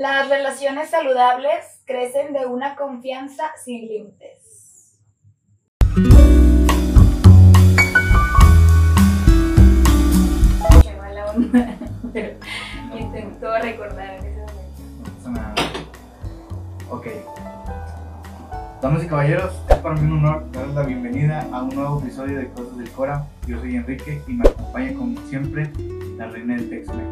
Las relaciones saludables crecen de una confianza sin límites. Se va la onda, pero intento recordar ese momento. Ok. Damas y caballeros, es para mí un honor darles la bienvenida a un nuevo episodio de Cosas del Cora. Yo soy Enrique y me acompaña como siempre la reina del Tex-Mex.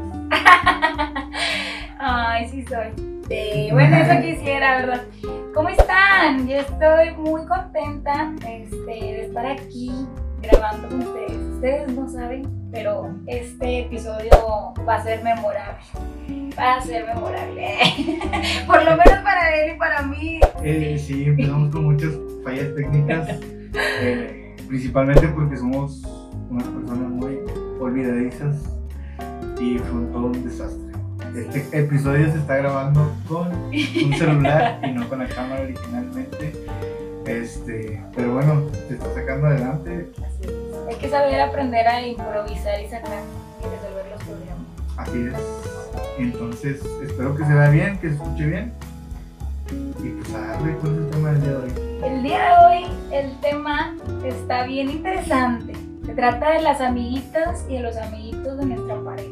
Ay, sí soy. Bueno, eso quisiera, ¿verdad? ¿Cómo están? Yo estoy muy contenta de estar aquí grabando con ustedes. Ustedes no saben, pero este episodio va a ser memorable. Va a ser memorable. Por lo menos para él y para mí. Sí, empezamos con muchas fallas técnicas, principalmente porque somos unas personas muy olvidadizas y fue todo un desastre. Este episodio se está grabando con un celular y no con la cámara originalmente, pero bueno, se está sacando adelante. Así es. Hay que saber aprender a improvisar y sacar y resolver los problemas. Así es. Entonces, espero que se vea bien, que se escuche bien. Y pues a darle, ¿cuál es el tema del día de hoy? El día de hoy el tema está bien interesante. Se trata de las amiguitas y de los amiguitos de nuestra pareja.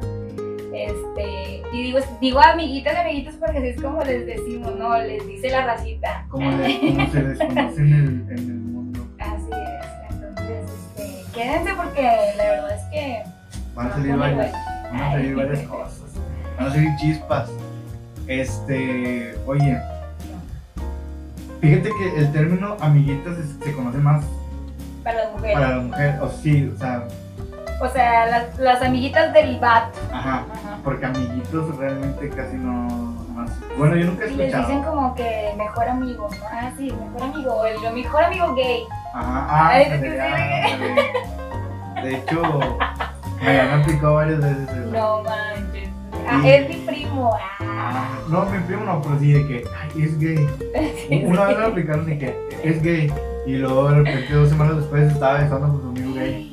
Y digo amiguitas porque así es como les decimos, ¿no? Les dice la racita. Como se les conoce en el mundo. Así es. Entonces, quédense porque la verdad es que Van a salir varias cosas. Van a salir chispas. Oye, fíjate que el término amiguitas se conoce más para las mujeres. Para la mujer, o sea, las amiguitas del vato. Ajá. Porque amiguitos realmente casi no. Bueno, yo nunca he y les escuchado. dicen como que mejor amigo, ¿no? Ah, sí, mejor amigo, o el mejor amigo gay. Ajá, Ay, de hecho, me han aplicado varias veces eso. No manches. Es mi primo. No, mi primo no, pero sí de que, ay, es gay. Sí, Una vez me aplicaron de que es gay. Y luego de repente 2 semanas después estaba besando con su amigo gay.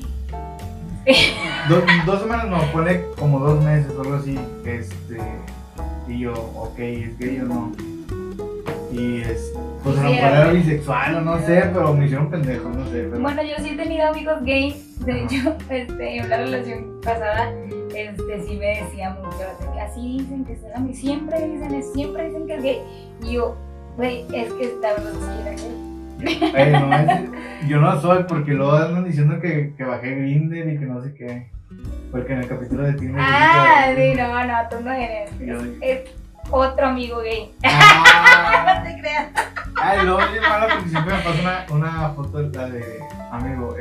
Dos semanas no, pone como 2 meses o algo así. Y yo, ok, ¿es gay o no? Y pues a lo mejor era bisexual o no sé, pero me hicieron pendejo, no sé. Pero... Bueno, yo sí he tenido amigos gays. De hecho, en una relación pasada, sí me decía mucho que así dicen que son amigos. Siempre dicen que es gay. Y yo, güey, es que esta verdad es que era gay. Yo no soy, porque luego andan diciendo que bajé Grindr y que no sé qué. Porque en el capítulo de Tinder. Sí, no, tú no eres. Es otro amigo gay. No te creas. Luego es mala porque siempre me pasa una foto de amigo.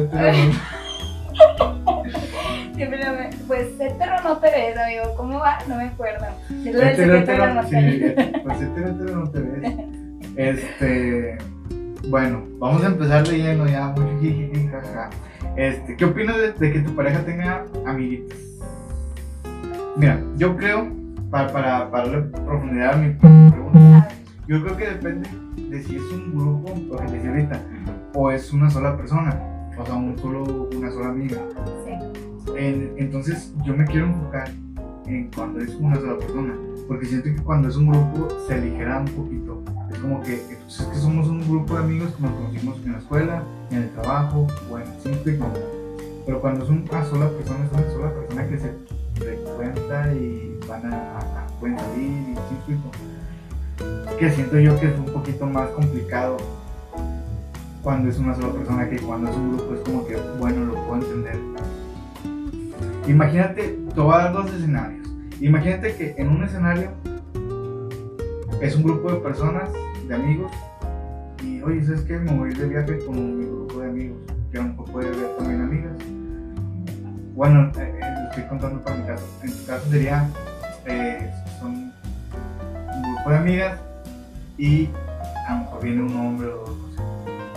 Pues hetero no te ves, amigo. ¿Cómo va? No me acuerdo. Hetero no te ves. Bueno, vamos a empezar leyendo ya. Mucho jiji, jaja. ¿Qué opinas de que tu pareja tenga amiguitos? Mira, yo creo, para darle profundidad a mi pregunta, yo creo que depende de si es un grupo, lo que te decía ahorita, o es una sola persona, o sea, una sola amiga. Sí. Entonces, yo me quiero enfocar en cuando es una sola persona, porque siento que cuando es un grupo se aligera un poquito. Es como que, es que somos un grupo de amigos que nos conocimos en la escuela, en el trabajo, o en el cine, pero cuando es una sola persona que se frecuenta y pueden salir y sí, que siento yo que es un poquito más complicado cuando es una sola persona que cuando es un grupo. Es como que, bueno, lo puedo entender. Imagínate, te voy a dar 2 escenarios. Imagínate que en un escenario es un grupo de personas, de amigos, y oye, ¿sabes qué? Me voy de viaje con mi grupo de amigos, que a lo mejor puede haber también amigas. Bueno, lo estoy contando para mi caso. En tu caso sería, son un grupo de amigas y a lo mejor viene un hombre o 2, no sé.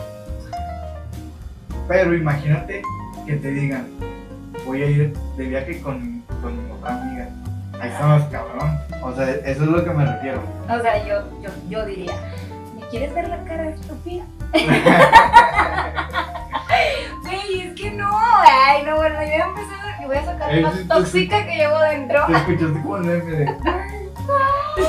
Pero imagínate que te digan, voy a ir de viaje con mi otra amiga. Ahí estamos, cabrón. O sea, eso es lo que me refiero. O sea, yo diría, ¿me quieres ver la cara estúpida? Güey, es que no. Ay, no, bueno, yo voy a sacar la tóxica que llevo dentro. Te escuchaste como el meme de...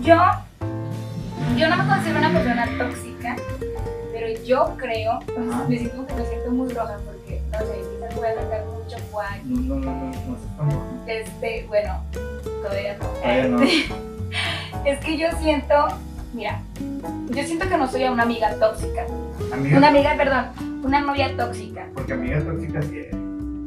yo no me considero una persona tóxica, pero yo creo, me siento muy roja porque, no sé, quizás voy a sacar mucho guay. No sé tampoco. Bueno, todavía no. Todavía no. Es que yo siento que no soy una amiga tóxica. Amiga, Una novia tóxica. porque amiga tóxica sí es.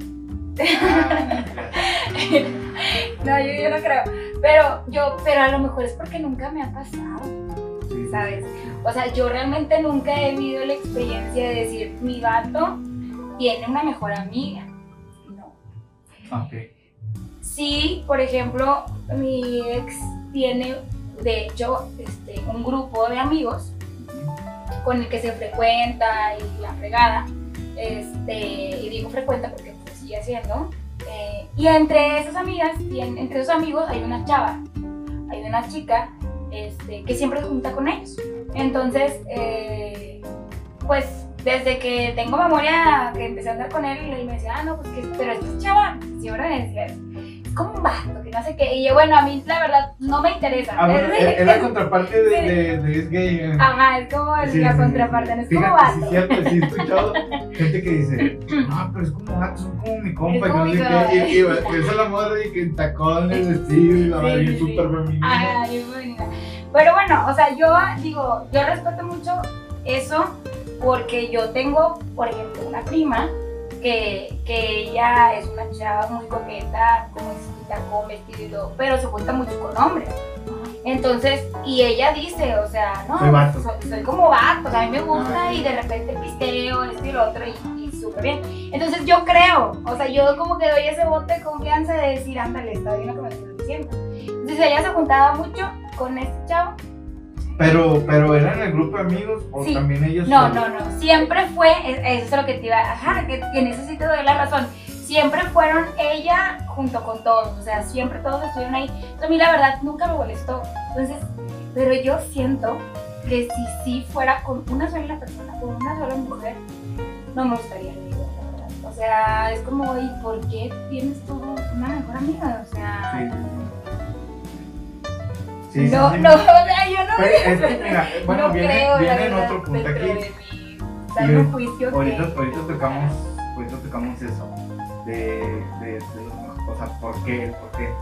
No, yo no creo. Pero a lo mejor es porque nunca me ha pasado, Sí, ¿sabes? O sea, yo realmente nunca he vivido la experiencia de decir, mi vato tiene una mejor amiga. No. Ok. Sí, por ejemplo, mi ex tiene, de hecho, un grupo de amigos con el que se frecuenta y la fregada. Y digo frecuenta porque pues, sigue haciendo. Y entre esas amigas, entre esos amigos hay una chava, hay una chica que siempre se junta con ellos. Entonces, pues desde que tengo memoria que empecé a andar con él, y me decía, no, pues pero esta chava, siempre me decía, es como un vato, que no sé qué. Y yo, bueno, a mí la verdad no me interesa. Bueno, es la contraparte de es gay. Ajá, es como la contraparte, no es como Fíjate, vato. sí, cierto, sí he escuchado gente que dice, no, pero es como vato, son como mi compa, Es como y mi no sé compa. qué, y ves a la morra y que en tacones, vestido, y la verdad, Sí. súper femenina. Ay, bonita. Pero bueno, o sea, yo digo, yo respeto mucho eso porque yo tengo, por ejemplo, una prima que ella es una chava muy coqueta, como chiquita, con vestido y todo, pero se junta mucho con hombres. Entonces, y ella dice, o sea, no, Soy vato. soy como vato, o sea, a mí me gusta Ah, y de repente pisteo, esto y lo otro, y súper bien. Entonces yo creo, o sea, yo como que doy ese bote de confianza de decir, ándale, está bien lo que me estás diciendo. Entonces ella se juntaba mucho con este chavo. Pero ¿eran el grupo de amigos o Sí. también ellos? No, siempre fue, eso es lo que te iba, que en eso sí te doy la razón, siempre fueron ella junto con todos, o sea, siempre todos estuvieron ahí. Entonces, a mí la verdad nunca me molestó, entonces, pero yo siento que si sí fuera con una sola persona, con una sola mujer, no me gustaría la verdad. O sea, es como, ¿y por qué tienes tú una mejor amiga? O sea, Sí, sí, no, sí. o sea, yo no Pero es que, mira, bueno, no viene creo, la en verdad, otro punto dentro aquí. de mi sano juicio Ahorita que... tocamos eso, de los, o sea, ¿por qué?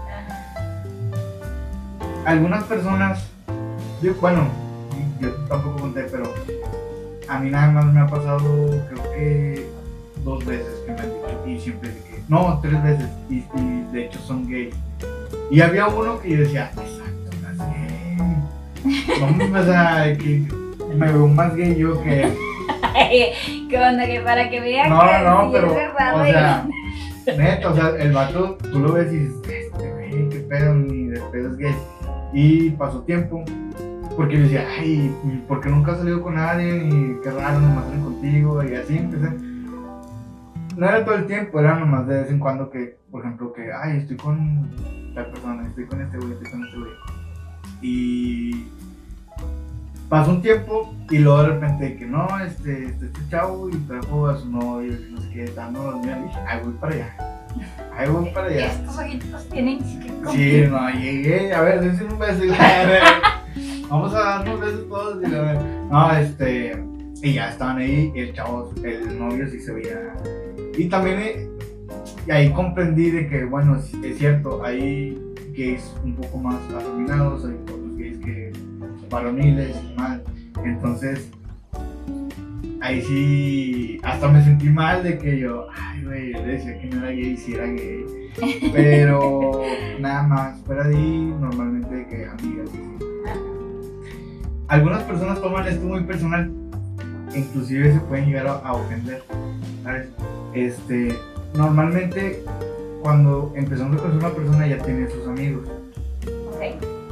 Algunas personas, yo tampoco conté, pero a mí nada más me ha pasado, creo que 2 veces que me han dicho, y siempre de que, no, 3 veces, y de hecho son gays. Y había uno que yo decía, exacto, no es gay. No, o sea, que me veo más gay yo que él. ¿Qué onda? Que para que vean No, que no, sí pero, es verdad. o sea, neta, o sea, el vato, tú lo ves y dices, güey, qué pedo, ni de pedo es gay. Y pasó tiempo, porque yo decía, ay, ¿por qué nunca has salido con nadie? Y qué raro, nomás salen contigo, y así empecé. No era todo el tiempo, era nomás de vez en cuando que, por ejemplo, que, ay, estoy con tal persona, estoy con este güey, estoy con este güey. Y pasó un tiempo y luego de repente que no, este chavo y trajo a su novio, que no sé qué, dando los míos, y dije, ay, voy para allá. Estos ojitos tienen que Sí, no, llegué, a ver, dense un beso, vamos a darnos besos todos, y a ver, no, y ya estaban ahí, y el chavo, el novio sí se veía, y también y ahí comprendí de que, bueno, es cierto, hay gays un poco más afeminados, hay otros gays que varoniles y mal, entonces ahí sí hasta me sentí mal de que yo, ay güey, yo le decía que no era gay, sí era gay, pero nada más, fuera de ahí normalmente de que amigas, sí. Algunas personas toman esto muy personal, inclusive se pueden llegar a ofender, ¿sabes? Normalmente cuando empezamos a conocer a una persona ya tiene sus amigos. Okay.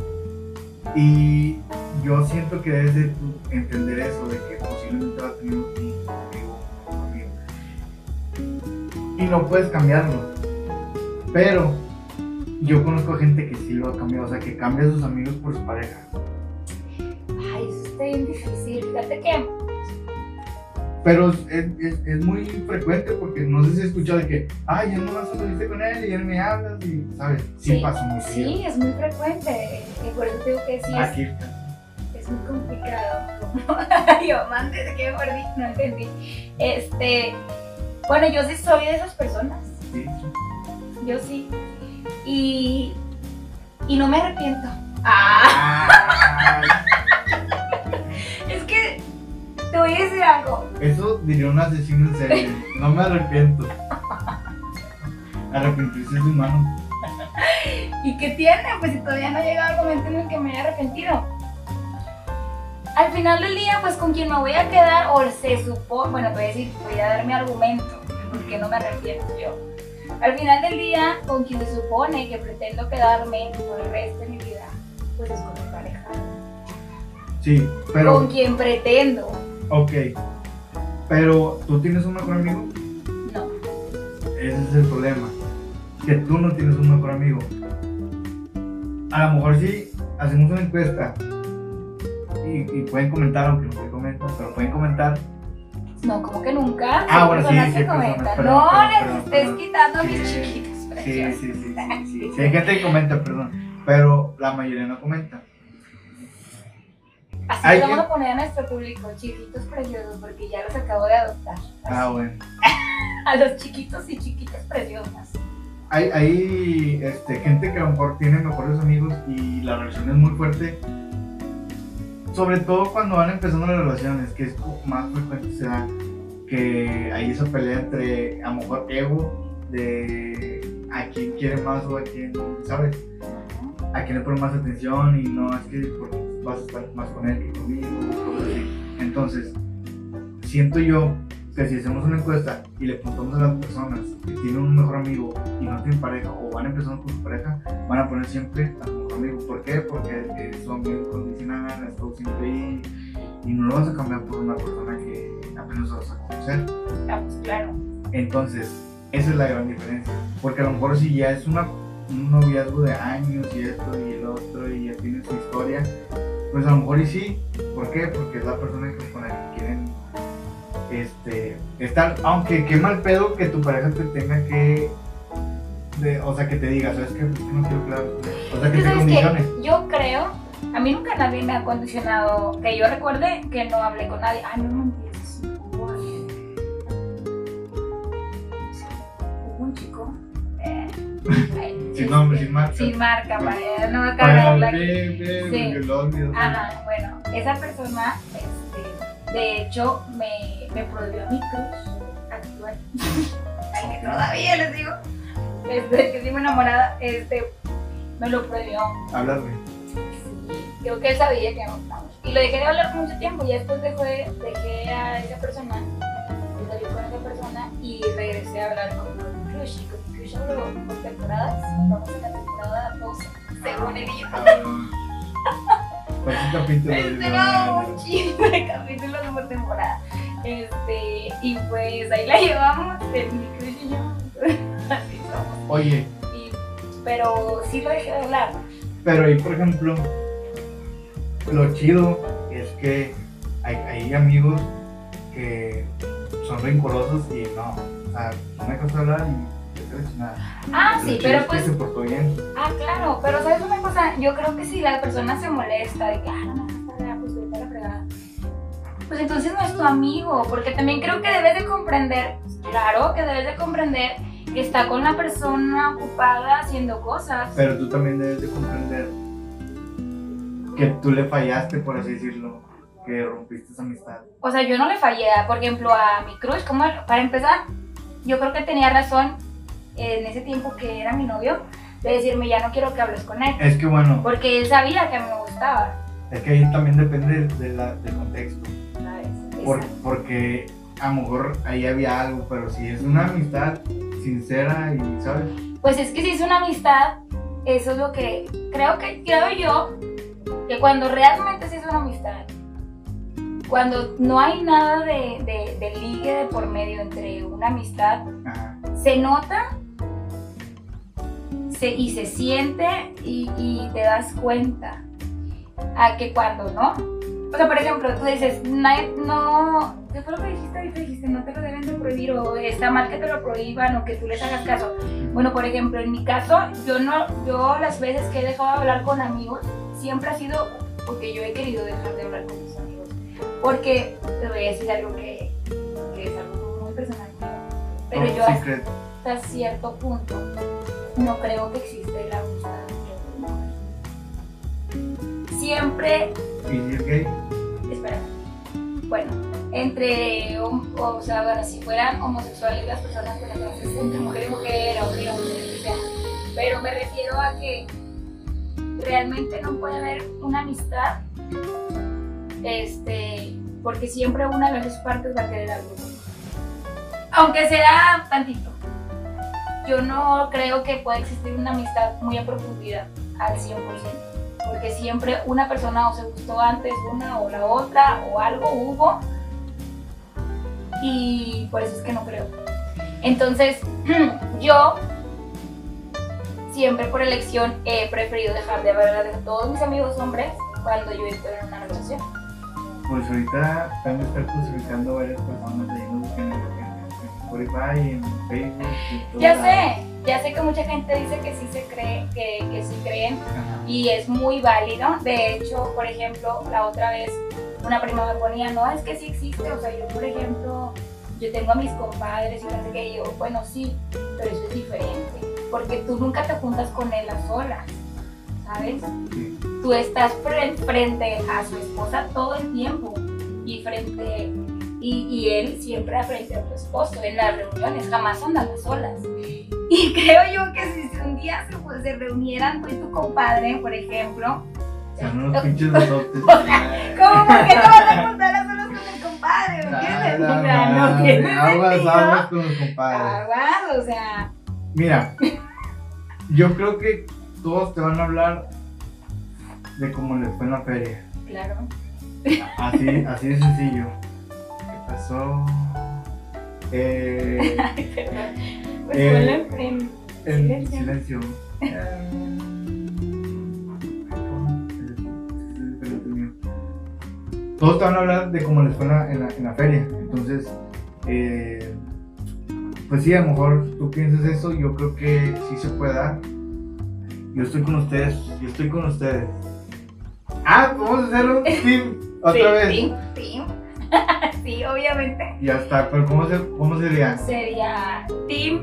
Y yo siento que debes de tú entender eso, de que posiblemente vas a tener un amigo o un amigo. Y no puedes cambiarlo. Pero yo conozco gente que sí lo ha cambiado, o sea, que cambia a sus amigos por su pareja. Ay, eso está bien difícil. Fíjate que Pero es muy frecuente porque no sé si has escuchado de que, ay, ya no vas a salirte con él y ya no me hablas y, ¿sabes? Sí, pasa muy seguido. Sí, es muy frecuente. Y por eso digo que sí Aquí. es muy complicado. Yo, mande, ¿de qué me perdí? No entendí. Bueno, yo sí soy de esas personas. Sí. Yo sí. Y no me arrepiento. Es que te voy a decir algo. Eso diría un asesino en serie. No me arrepiento. Arrepentirse es humano. ¿Y qué tiene? Pues si todavía no ha llegado el momento en el que me haya arrepentido. Al final del día, pues con quien me voy a quedar, o se supone, bueno, te voy a decir, voy a dar mi argumento, porque no me arrepiento yo. Al final del día, con quien se supone que pretendo quedarme por el resto de mi vida, pues es con mi pareja. Sí, pero. Con quien pretendo. Ok. Pero, ¿tú tienes un mejor amigo? No. Ese es el problema. Que tú no tienes un mejor amigo. A lo mejor sí hacemos una encuesta. Y pueden comentar, aunque no se comentan, pero pueden comentar. No, como que nunca. Bueno, sí, personas sí, que personas, comentan. perdón, No perdón, les perdón, estés perdón. quitando a Sí, mis chiquitos Sí, preciosos. sí, hay gente que comenta, perdón. Pero la mayoría no comenta. Así Hay que vamos que- a poner a nuestro público chiquitos preciosos, porque ya los acabo de adoptar. Bueno. A los chiquitos y chiquitas preciosas. Hay gente que a lo mejor tiene mejores amigos y la relación es muy fuerte. Sobre todo cuando van empezando las relaciones, que es como más frecuente se da que hay esa pelea entre a lo mejor ego de a quién quiere más o a quién, ¿sabes? A quién le pone más atención y no es que porque vas a estar más con él que conmigo, cosas así. Entonces, siento yo que si hacemos una encuesta y le preguntamos a las personas que tienen un mejor amigo y no tienen pareja o van empezando con su pareja, van a poner siempre a su mejor amigo. ¿Por qué? Porque es su amigo incondicional, ha estado siempre ahí y no lo vas a cambiar por una persona que apenas vas a conocer. Pues claro. Entonces, esa es la gran diferencia. Porque a lo mejor si ya es un noviazgo de años y esto y el otro y ya tiene su historia, pues a lo mejor y sí. ¿Por qué? Porque es la persona con la que quieren estar. Aunque qué mal pedo que tu pareja te tenga que... o sea, que te diga, ¿sabes qué? Pues que no quiero claro. O sea, que te ¿Sabes condicione. qué? Yo creo, a mí nunca nadie me ha condicionado, que yo recuerde que no hablé con nadie. Ay, no me empieces. Hubo un chico. Sin nombre, sin marca. Sin marca, para no Para cagarla. bien, Sí. porque lo olvido. Ajá, bueno, esa persona, de hecho, me prohibió mi cruz actual. Ay, que todavía les digo, que sigo enamorada, me lo prohibió. Hablarme. Sí, creo que él sabía que nos gustamos. Y lo dejé de hablar por mucho tiempo, y después dejé a esa persona, y salí con esa persona, y regresé a hablar con mi crush. Y con mi crush hablo por temporadas, vamos en la temporada 12, según el yo. Pues un capítulo. No, un chingo de capítulos por temporada. Y pues ahí la llevamos, mi crush y yo. Así somos. Oye, Pero sí lo dejé de hablar. pero ahí por ejemplo, lo chido es que hay amigos que son rencorosos y no, o sea, no me dejas hablar y te crees nada. Ah, Lo sí, chido pero es que pues. se portó bien. Ah, claro, pero ¿sabes una cosa? Yo creo que si la persona se molesta de que, no me dejas hablar, pues vete a la fregada. Pues entonces no es tu amigo, porque también creo que debes de comprender, claro que debes de comprender que está con la persona ocupada haciendo cosas. Pero tú también debes de comprender que tú le fallaste, por así decirlo, que rompiste esa amistad. O sea, yo no le fallé, por ejemplo, a mi crush, como para empezar, yo creo que tenía razón en ese tiempo que era mi novio, de decirme ya no quiero que hables con él, Es que bueno, porque él sabía que a mí me gustaba, es que ahí también depende del contexto. ¿sabes? Porque a lo mejor ahí había algo, pero si es una amistad sincera y, ¿sabes? Pues es que si es una amistad, eso es lo que creo yo, que cuando realmente sí es una amistad, cuando no hay nada de ligue de por medio entre una amistad, Ajá. se nota y se siente y te das cuenta a que cuando no. O sea, por ejemplo, tú dices, no, ¿qué fue lo que dijiste ahorita? Dijiste, no te lo deben de prohibir, o está mal que te lo prohíban, o que tú les hagas caso. Bueno, por ejemplo, en mi caso, yo las veces que he dejado de hablar con amigos, siempre ha sido porque yo he querido dejar de hablar con mis amigos. Porque te voy a decir algo que es algo muy personal, pero yo hasta cierto punto no creo que existe la amistad entre mujeres. Siempre... ¿Y si es gay? Espera. Bueno, o sea, bueno, si fueran homosexuales las personas, pues entonces entre mujer y mujer, hombre y hombre, o sea. Pero me refiero a que realmente no puede haber una amistad, porque siempre una de las dos partes va a querer algo. Aunque sea tantito. Yo no creo que pueda existir una amistad muy a profundidad al 100%. Porque siempre una persona o se gustó antes una o la otra, o algo hubo, y por eso es que no creo. Entonces, yo siempre por elección he preferido dejar de hablar de todos mis amigos hombres cuando yo estoy en una relación. Pues ahorita van a estar crucificando varias personas leyendo en Spotify, en Facebook. Ya sé que mucha gente dice que sí se cree, que sí creen. Ajá. Y es muy válido. De hecho, por ejemplo, la otra vez una prima me ponía, no, es que sí existe. O sea, yo por ejemplo, yo tengo a mis compadres y no sé qué, y yo, bueno, sí, pero eso es diferente. Porque tú nunca te juntas con él a solas, ¿sabes? Sí. Tú estás frente a su esposa todo el tiempo y él siempre frente a tu esposo en las reuniones, jamás andan a solas. Y creo yo que si un día se reunieran tú y tu compadre, por ejemplo, Son unos pinches besotes. ¿cómo por qué te vas a juntar a solas con el compadre? ¿Me entiendes? O sea, no tiene Aguas sentido. con los compadres. Aguas, o sea, Mira, yo creo que todos te van a hablar de cómo les fue en la feria. claro. Así de sencillo. ¿Qué pasó? Ay, perdón. Pues ponle En silencio. silencio. Todos te van a hablar de cómo les fue en la feria. Entonces, pues sí, a lo mejor tú piensas eso. Yo creo que sí se puede dar. Yo estoy con ustedes. Ah, vamos a hacer un team otra vez. Team. Sí, obviamente. Ya está, pero ¿cómo sería? Sería team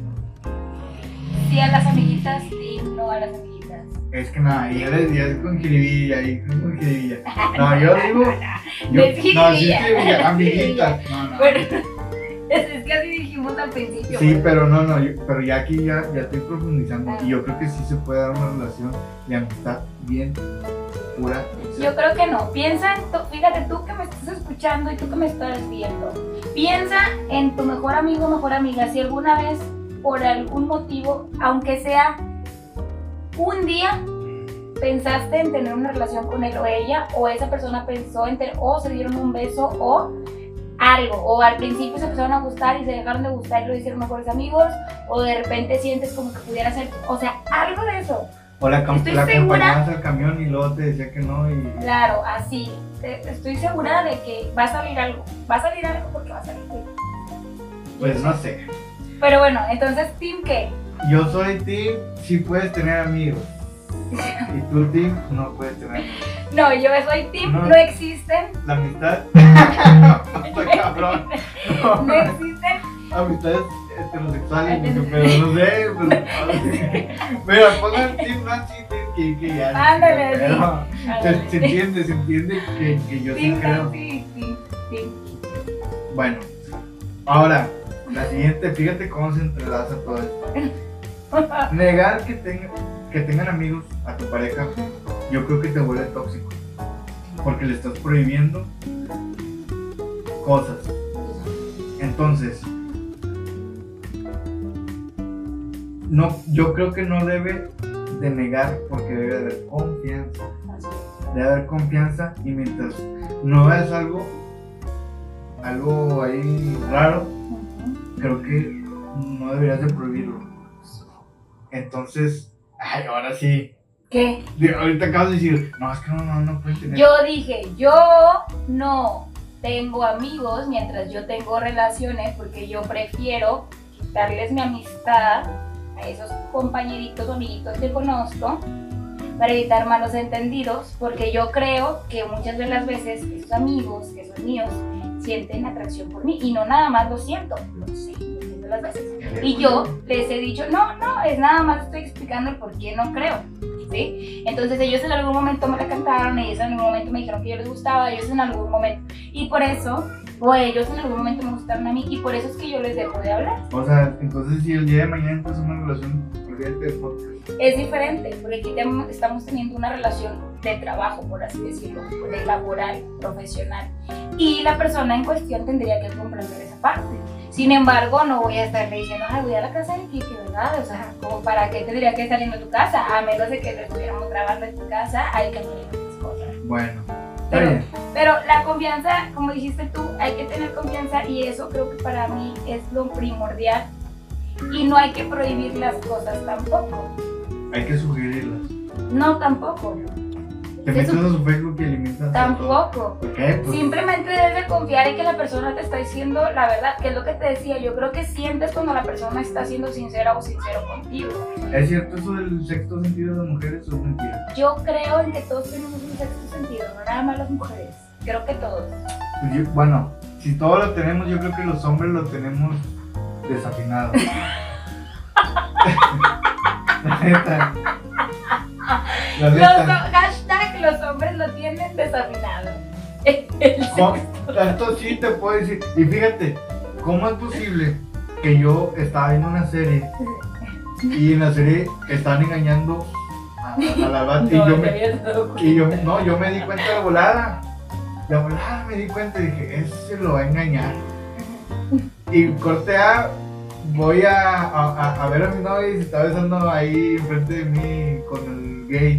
sí a las amiguitas, team no a las amiguitas. Es que nada, ya es con jiribilla, No, yo digo. No es jiribilla. No, sí es jiribilla, amiguitas. No. Bueno, es que así dijimos al principio. Sí, pues. pero no, pero ya aquí ya estoy profundizando. Ah. Y yo creo que sí se puede dar una relación de amistad bien pura. Yo creo que no. Piensa en fíjate, tú que me estás escuchando y tú que me estás viendo. Piensa en tu mejor amigo o mejor amiga. Si alguna vez, por algún motivo, aunque sea un día, pensaste en tener una relación con él o ella, o esa persona pensó en o se dieron un beso o algo, o al principio se empezaron a gustar y se dejaron de gustar y lo hicieron mejores amigos, o de repente sientes como que pudiera ser, o sea, algo de eso. O la Estoy acompañabas al camión y luego te decía que no y... Claro, así. Estoy segura de que va a salir algo. Va a salir algo porque va a salir algo. Pues no sé. Pero bueno, entonces, ¿team qué? Yo soy team, sí puedes tener amigos. Y tú team, no puedes tener amigos. No, yo soy team, No. no existen. La amistad... Está cabrón. No existen. Amistades heterosexuales, pero no sé, pero pongan Team Nancy, Team Kiki, ya. Ándale, pero sí. Ándale. se entiende que yo sí Team creo. Nancy, team. Bueno, ahora, la siguiente, fíjate cómo se entrelaza todo esto. Negar que tengan amigos a tu pareja, yo creo que te vuelve tóxico, porque le estás prohibiendo cosas. Entonces, no, yo creo que no debe de negar porque debe de haber confianza. Debe haber confianza y mientras no veas algo ahí raro, creo que no deberías de prohibirlo. Entonces, ay, ahora sí. ¿Qué? Ahorita acabas de decir, no, es que no puedes tener. Yo dije, yo no. tengo amigos mientras yo tengo relaciones, porque yo prefiero quitarles mi amistad a esos compañeritos o amiguitos que conozco para evitar malos entendidos, porque yo creo que muchas de las veces esos amigos que son míos sienten atracción por mí y no nada más lo siento, lo sé, lo siento las veces. Y yo les he dicho, no, es nada más estoy explicando el por qué no creo, ¿sí? Entonces ellos en algún momento me la cantaron, ellos en algún momento me dijeron que yo les gustaba, ellos en algún momento, y por eso, o ellos en algún momento me gustaron a mí, y por eso es que yo les dejo de hablar. O sea, entonces si el día de mañana entras en una relación, olvídate del podcast. Es diferente, porque aquí estamos teniendo una relación de trabajo, por así decirlo, de laboral, profesional, y la persona en cuestión tendría que comprender esa parte. Sin embargo, no voy a estarle diciendo, ay, voy a la casa de Kiki, ¿verdad? O sea, como para qué tendría que estar yendo a tu casa, a menos de que lo estuviéramos grabando en tu casa, hay que hacer muchas cosas. Bueno, está bien. Pero la confianza, como dijiste tú, hay que tener confianza y eso creo que para mí es lo primordial. Y no hay que prohibir las cosas tampoco. Hay que sugerirlas. No, tampoco. Te metes a su Facebook y eliminas. Tampoco. ¿Por qué? Pues, Simplemente debes de confiar en que la persona te está diciendo la verdad, que es lo que te decía. Yo creo que sientes cuando la persona está siendo sincera o sincero contigo. ¿es cierto eso del sexto sentido de las mujeres o es mentira? Yo creo en que todos tenemos un sexto sentido, no nada más las mujeres. Creo que todos. Pues bueno, si todos lo tenemos, yo creo que los hombres lo tenemos desafinado. La neta. La neta. Hashtag los hombres lo tienen desafinado. Tanto sí te puedo decir. Y fíjate, ¿cómo es posible que yo estaba viendo una serie y en la serie estaban engañando a la bata yo me di cuenta de volada. De volada me di cuenta y dije, ese se lo va a engañar. Y corté a. Voy a ver a mi novia y se está besando ahí enfrente de mí con el gay.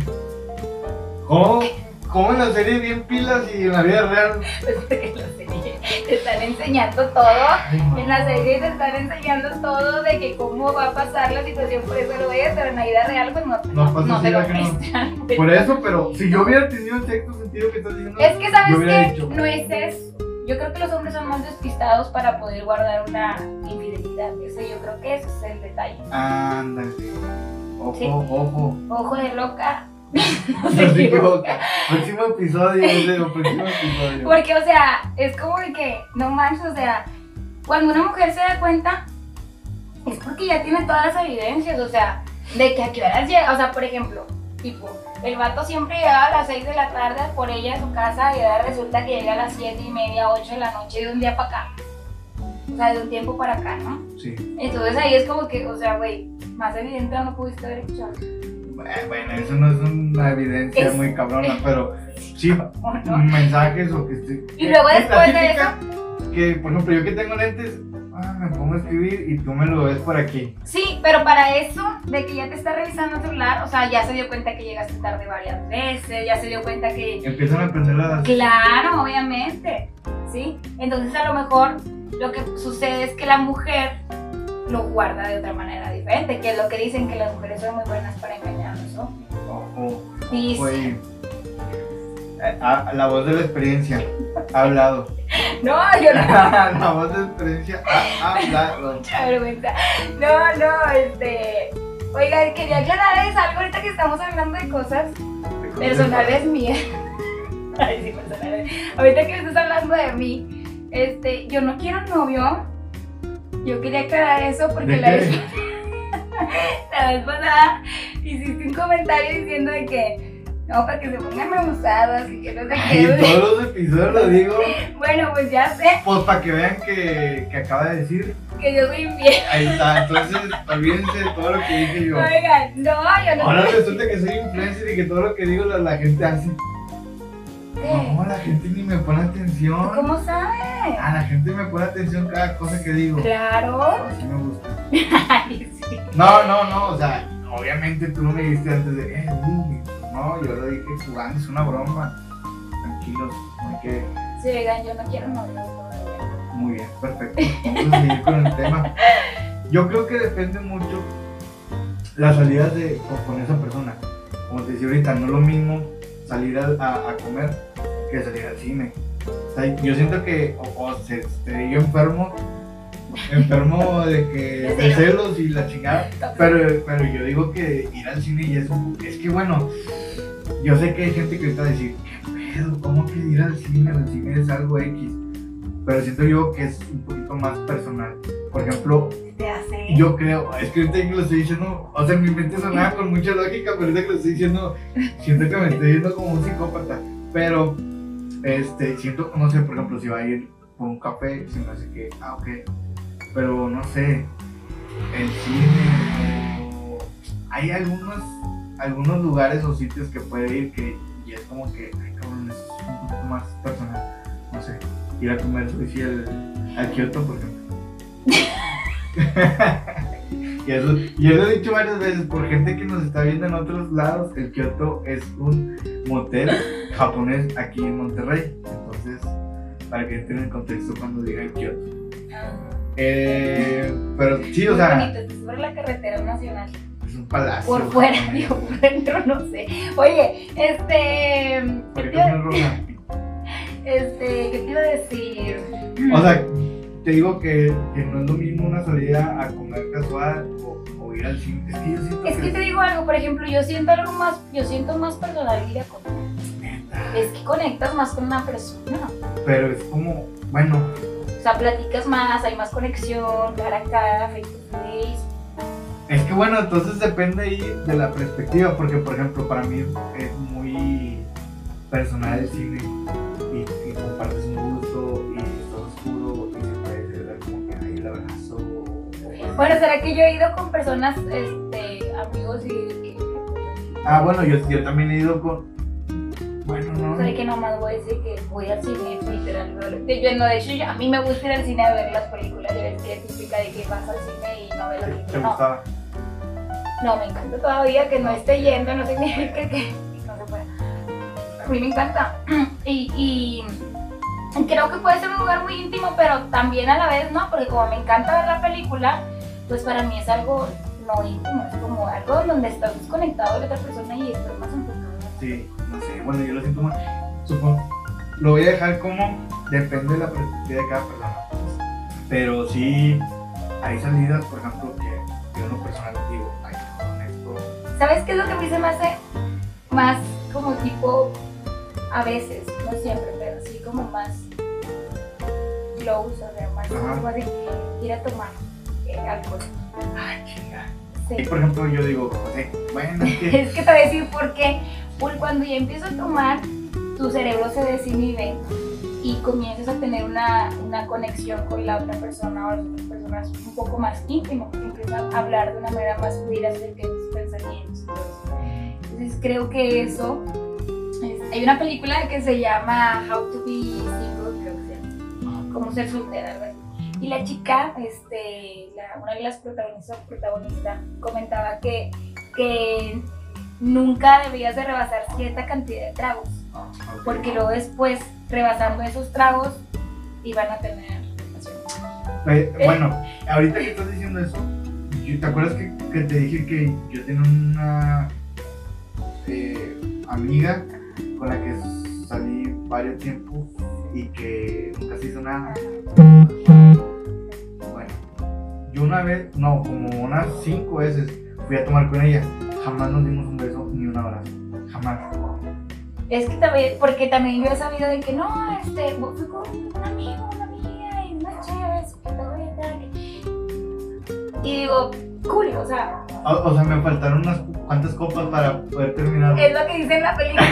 ¿Cómo en la serie bien pilas y en la vida real? Pues porque en la serie te están enseñando todo. En la serie te están enseñando todo de que cómo va a pasar la situación, por eso lo ves, pero en la vida real pues no te lo muestran. No. Por eso, pero si yo hubiera tenido el sexto sentido que estás diciendo, es que sabes que dicho, no es eso. Yo creo que los hombres son más despistados para poder guardar una infidelidad. Yo creo que ese es el detalle. Ándale. Ojo, ¿sí? ojo. Ojo de loca. No se equivoca. Próximo episodio. Porque, o sea, es como de que, no manches, o sea, cuando una mujer se da cuenta, es porque ya tiene todas las evidencias, o sea, de que a qué horas llega, o sea, por ejemplo, tipo, el vato siempre llegaba a las 6 de la tarde por ella a su casa y ahora resulta que llega a las 7:30, 8 de la noche de un día para acá. O sea, de un tiempo para acá, ¿no? Sí. Entonces ahí es como que, o sea, güey, más evidente no pudiste haber hecho. Bueno, eso no es una evidencia muy cabrona, pero sí, no. mensajes o que esté. Y luego después de eso. Que, por ejemplo, yo que tengo lentes, me pongo a escribir y tú me lo ves por aquí. Sí, pero para eso, de que ya te está revisando el celular, o sea, ya se dio cuenta que llegaste tarde varias veces, ya se dio cuenta que... Empiezan a aprender las... Claro, obviamente, ¿sí? Entonces a lo mejor lo que sucede es que la mujer lo guarda de otra manera diferente, que es lo que dicen que las mujeres son muy buenas para engañar a los hombres. Ojo. Sí, Oye, la voz de la experiencia ha hablado. No, yo no. La voz de la experiencia ha hablado. Mucha vergüenza. No, oiga, quería aclararles algo ahorita que estamos hablando de cosas personales mías. Ay, sí, personales. Ahorita que estás hablando de mí, yo no quiero novio. Yo quería aclarar eso porque la vez pasada hiciste un comentario diciendo de que no, para que se pongan abusadas y que no sé qué. Y todos los episodios lo digo. Bueno, pues ya sé. Pues para que vean que acaba de decir. Que yo soy infiel. Ahí está, entonces olvídense de todo lo que dije yo. Oigan, no, yo no. Ahora resulta que soy influencer y que todo lo que digo la gente hace. ¿Qué? No, la gente ni me pone atención. ¿Cómo sabes? La gente me pone atención cada cosa que digo. Claro. Así me gusta. Ay, sí. No, o sea, obviamente tú no me dijiste antes de, no, yo lo dije jugando, es una broma. Tranquilos, no hay que... Sí, oigan, yo no quiero novio. Muy bien, perfecto. Vamos a seguir con el tema. Yo creo que depende mucho las salidas con esa persona. Como te decía ahorita, no es lo mismo salir a comer que salir al cine. O sea, yo siento que o se yo enfermo de que de celos y la chingada, pero yo digo que ir al cine y es que bueno, yo sé que hay gente que ahorita va a decir, ¿qué pedo? ¿Cómo que ir al cine? El cine es algo X, pero siento yo que es un poquito más personal. Por ejemplo, yo creo, es que ahorita que lo estoy diciendo, o sea, en mi mente sonaba con mucha lógica, pero ahorita que lo estoy diciendo, siento que me estoy yendo como un psicópata, pero siento, no sé, por ejemplo, si va a ir por un café, si me hace que, ok, pero no sé, el cine, hay algunos lugares o sitios que puede ir que ya es como que, ay cabrón, es un poquito más personal, no sé, ir a comer sushi al Kyoto, por ejemplo. y eso lo he dicho varias veces por gente que nos está viendo en otros lados. El Kyoto es un motel japonés aquí en Monterrey, entonces para que entren en contexto cuando diga el Kyoto. Pero sí, o sea, bonito, está sobre la carretera nacional. Es un palacio. Por fuera, digo, por dentro no sé. Oye, ¿por qué no roja? ¿Qué te iba a decir? O sea, te digo que no es lo mismo una salida a comer casual o ir al cine. Es que yo siento que te digo algo, por ejemplo, yo siento más personal ir a comer. ¿Neta? Es que conectas más con una persona. Pero es como, bueno. O sea, platicas más, hay más conexión, cara a cara, face to face. Es que bueno, entonces depende ahí de la perspectiva, porque por ejemplo, para mí es muy personal el cine y compartes un gusto y está oscuro y se puede ver como que hay el abrazo. Bueno, ¿será que yo he ido con personas, amigos y que... bueno, yo también he ido con... Bueno, no. O sea, que nomás voy a decir que voy al cine, literal. De hecho, a mí me gusta ir al cine a ver las películas. Ya ves que es típica de que vas al cine y no ves los libros. ¿Te gustaba? No, me encanta todavía que no esté yendo, no significa que no se pueda. A mí me encanta. Y creo que puede ser un lugar muy íntimo, pero también a la vez no, porque como me encanta ver la película, pues para mí es algo no íntimo, es como algo donde estás desconectado de otra persona y estás más enfocado. Sí, no sé, bueno, yo lo siento más, supongo, lo voy a dejar como depende de la perspectiva de cada persona, pero sí, hay salidas, por ejemplo, que yo en lo personal digo, ay, con esto. ¿Sabes qué es lo que a mí se me hace más como tipo, a veces, no siempre, pero sí como más close, o sea, más como de ir a tomar alcohol? Ay, chinga. Sí. Y por ejemplo, yo digo, bueno, es que te voy a decir por qué. Porque cuando ya empiezo a tomar, tu cerebro se desinhibe y comienzas a tener una conexión con la otra persona o las otras personas un poco más íntimo, porque empiezas a hablar de una manera más fluida acerca de tus pensamientos. Entonces creo que eso hay una película que se llama How to Be Single, creo que se llama, Cómo ser soltera, algo así. Y la chica, una de las protagonistas comentaba que nunca debías de rebasar cierta cantidad de tragos, porque luego después, rebasando esos tragos, iban a tener relaciones. Bueno, ahorita que estás diciendo eso, ¿te acuerdas que te dije que yo tenía una amiga con la que salí varios tiempos y que nunca se hizo nada? Bueno, yo una vez, no, como unas 5 veces fui a tomar con ella. Jamás nos dimos un beso ni un abrazo. Jamás. Es que también, porque también yo he sabido de que no, fui con un amigo, una amiga y unas chavas, y digo, cool, o sea. O sea, me faltaron unas cuantas copas para poder terminar. Es lo que dice en la película,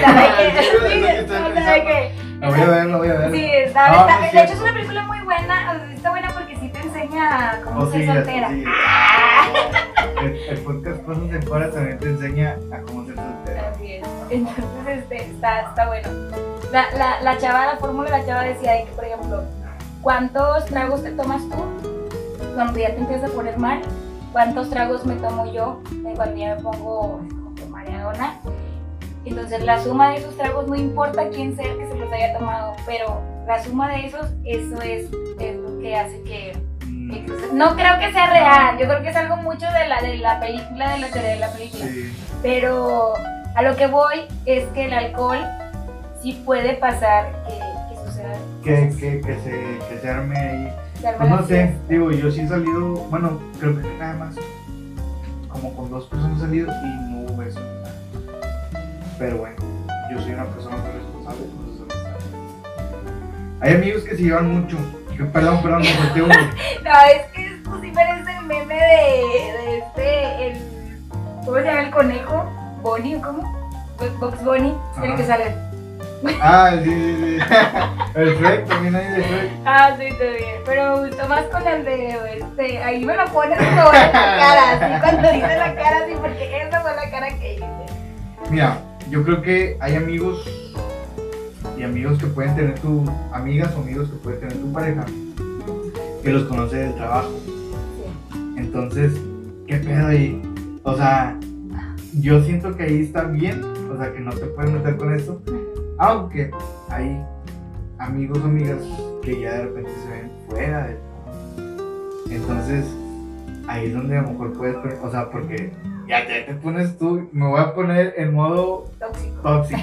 Lo voy a ver. Sí, de hecho es una película muy buena, está buena porque sí te enseña cómo ser soltera. Sí. El podcast Cosas de Fuera también te enseña a cómo ser soltera. Así es. Entonces está bueno. La fórmula de la chava decía de que, por ejemplo, ¿cuántos tragos te tomas tú cuando ya te empiezas a poner mal? ¿Cuántos tragos me tomo yo cuando ya me pongo como que mareadona? Entonces la suma de esos tragos, no importa quién sea que se los haya tomado, pero la suma de esos, eso es lo que hace que... No creo que sea real, yo creo que es algo mucho de la película, de la teoría de la película. Sí. Pero a lo que voy es que el alcohol sí puede pasar que suceda que se arme ahí. Se arma Pues la no sé, fiesta. digo, yo sí he salido, bueno, creo que nada más como con 2 personas he salido y no hubo eso. Pero bueno, yo soy una persona muy responsable con sus amistades. Hay amigos que se llevan mucho. Perdón, me solté uno. No, es que esto sí parece el meme de el. ¿Cómo se llama el conejo? ¿Bonnie o cómo? Box Bunny, el Ajá. que sale. Ah, sí. El Shrek, también hay de Shrek. Ah, sí, está bien. Pero me gustó más con el de. Ahí me lo pones como en la cara, así cuando dice la cara, así, porque esa fue la cara que hice. Mira, yo creo que hay amigos y amigos que pueden tener tu amigas o amigos que puede tener tu pareja que los conoce del trabajo. Sí. Entonces, ¿qué pedo ahí? O sea, yo siento que ahí está bien, o sea, que no te puedes meter con eso, aunque hay amigos o amigas que ya de repente se ven fuera del trabajo. Entonces, ahí es donde a lo mejor puedes, o sea, porque ya te pones tú, me voy a poner en modo tóxico.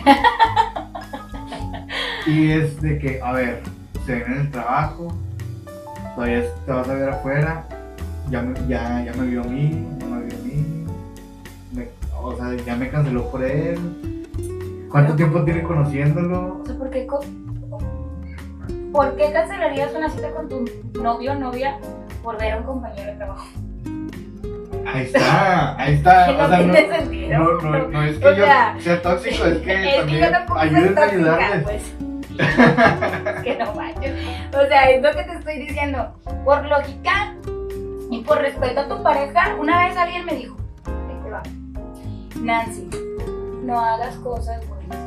Y es de que, a ver, se ven en el trabajo, todavía te vas a ver afuera, ya me vio a mí, no me vio a mí, o sea, ya me canceló por él. ¿Cuánto tiempo tiene conociéndolo? O sea, ¿por qué cancelarías una cita con tu novio o novia por ver a un compañero de trabajo? Ahí está. Que O no sea, tiene sentido. no es que O yo sea, sea tóxico, es que Es que también yo tampoco soy ayuden a tóxica, ayudarles. pues. Es que no manches. O sea, es lo que te estoy diciendo. Por lógica y por respeto a tu pareja, una vez alguien me dijo, ahí te va, Nancy, no hagas cosas buenas.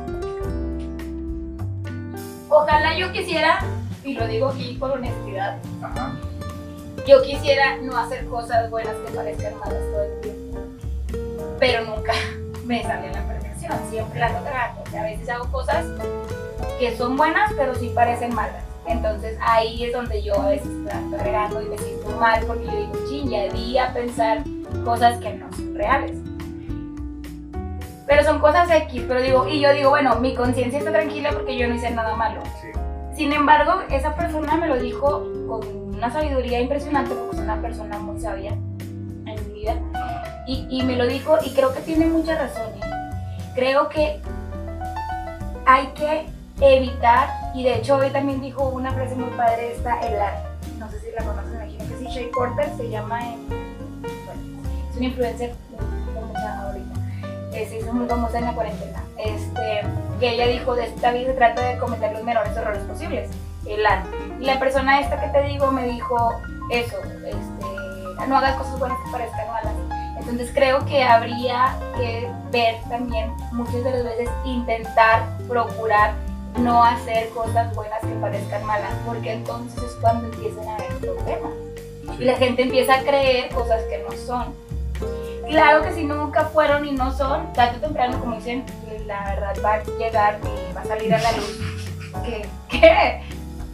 Ojalá yo quisiera, y lo digo aquí con honestidad, Ajá. yo quisiera no hacer cosas buenas que parezcan malas todo el tiempo, pero nunca me sale a la perfección, siempre la logro. O sea, a veces hago cosas que son buenas, pero sí parecen malas. Entonces ahí es donde yo a veces la estoy regando y me siento mal porque yo digo, ching, ya di a pensar cosas que no son reales. Pero son cosas X, y yo digo, bueno, mi conciencia está tranquila porque yo no hice nada malo. Sí. Sin embargo, esa persona me lo dijo con una sabiduría impresionante porque es una persona muy sabia en mi vida. Y me lo dijo y creo que tiene mucha razón. Creo que hay que evitar, y de hecho hoy también dijo una frase muy padre Elan, no sé si la conocen, me imagino que sí, Shea Porter se llama, bueno, es una influencer muy famosa ahorita, se hizo muy famosa en la cuarentena, que ella dijo, de esta vida se trata de cometer los menores errores posibles, Elan, y la persona esta que te digo me dijo eso, no hagas cosas buenas que parezcan malas. Entonces creo que habría que ver también muchas de las veces intentar procurar no hacer cosas buenas que parezcan malas, porque entonces es cuando empiezan a haber problemas y la gente empieza a creer cosas que no son. Claro que si nunca fueron y no son, tarde o temprano, como dicen, la verdad va a llegar y va a salir a la luz. ¿Qué?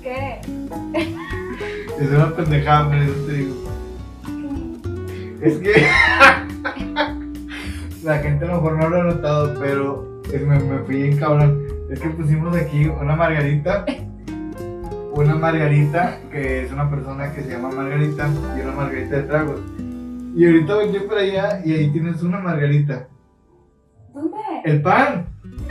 Es una pendejada, pero eso te digo. Es que la gente a lo mejor no lo ha notado, pero me fui bien cabrón. Es que pusimos aquí una margarita que es una persona que se llama Margarita y una margarita de tragos. Y ahorita volteé por allá y ahí tienes una margarita. ¿Dónde? ¡El pan!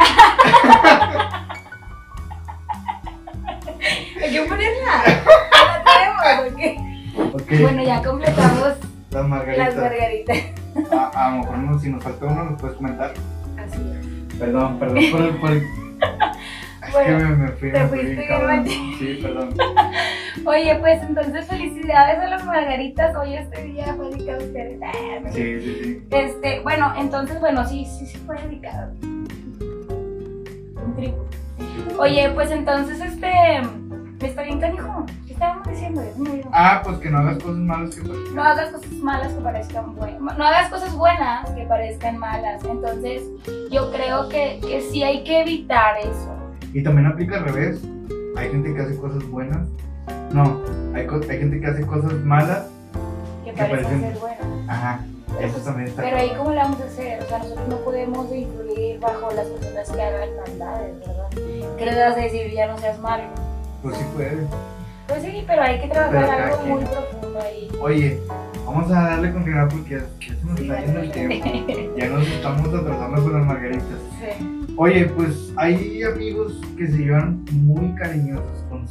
Hay que ponerla. La tenemos, ¿ok? Ok, Bueno, ya completamos las margaritas. las margaritas. A lo mejor si nos falta uno, nos puedes comentar. Así es. Perdón por el... Es Bueno, que me fui te bien fuiste cabrón. bien mal. Sí, perdón. Oye, pues entonces felicidades a las margaritas. Hoy este día fue dedicado a ustedes. Sí. Bueno, entonces, sí fue dedicado. Un tributo. Oye, pues entonces, está bien, canijo. ¿Qué estábamos diciendo? Ah, pues que no hagas cosas malas que parezcan. No hagas cosas malas que parezcan buenas. No hagas cosas buenas que parezcan malas. Entonces, yo creo que sí hay que evitar eso. Y también aplica al revés. Hay gente que hace cosas buenas. No, hay gente que hace cosas malas. Que Que parecen parecen- ser buenas. Ajá, eso también está. Pero ahí, ¿cómo le vamos a hacer? O sea, nosotros no podemos influir bajo las personas que hagan maldades, ¿verdad? ¿Qué le das a decir? Ya no seas malo. Pues sí puede. Pues sí, pero hay que trabajar Pero cada algo quien. muy profundo ahí. Oye, vamos a darle continuidad porque ya se nos Sí, está yendo el tiempo. sí. Ya nos estamos atrasando con las margaritas. Sí. Oye, pues hay amigos que se llevan muy cariñosos con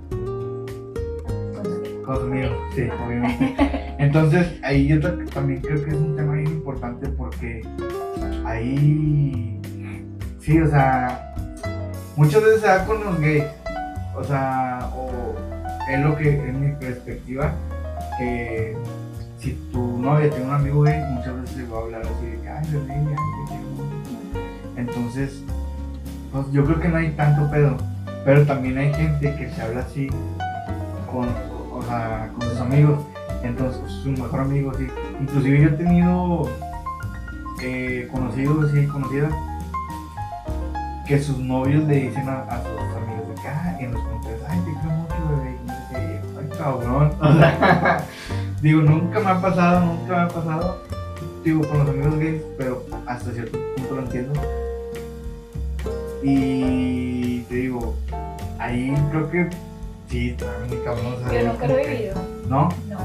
su amigo, sí, obviamente. Entonces, ahí yo también creo que es un tema bien importante porque ahí, sí, o sea, muchas veces se da con los gays, o sea, o es lo que, en mi perspectiva, que si tu novia tiene un amigo gay, muchas veces se va a hablar así de que, ay, de gay, ay, te quiero mucho. Entonces, pues yo creo que no hay tanto pedo, pero también hay gente que se habla así con sus amigos, entonces su mejor amigo, sí. Inclusive yo he tenido conocidos y conocidas que sus novios le dicen a sus amigos de que, en los comentarios, ay, te quiero mucho, bebé, y no sé qué, ay, cabrón, o sea, digo, nunca me ha pasado, digo, con los amigos gays, pero hasta cierto punto lo entiendo, y te digo, ahí creo que sí, está muy cabrón. O sea, Yo nunca lo he vivido. ¿No? No.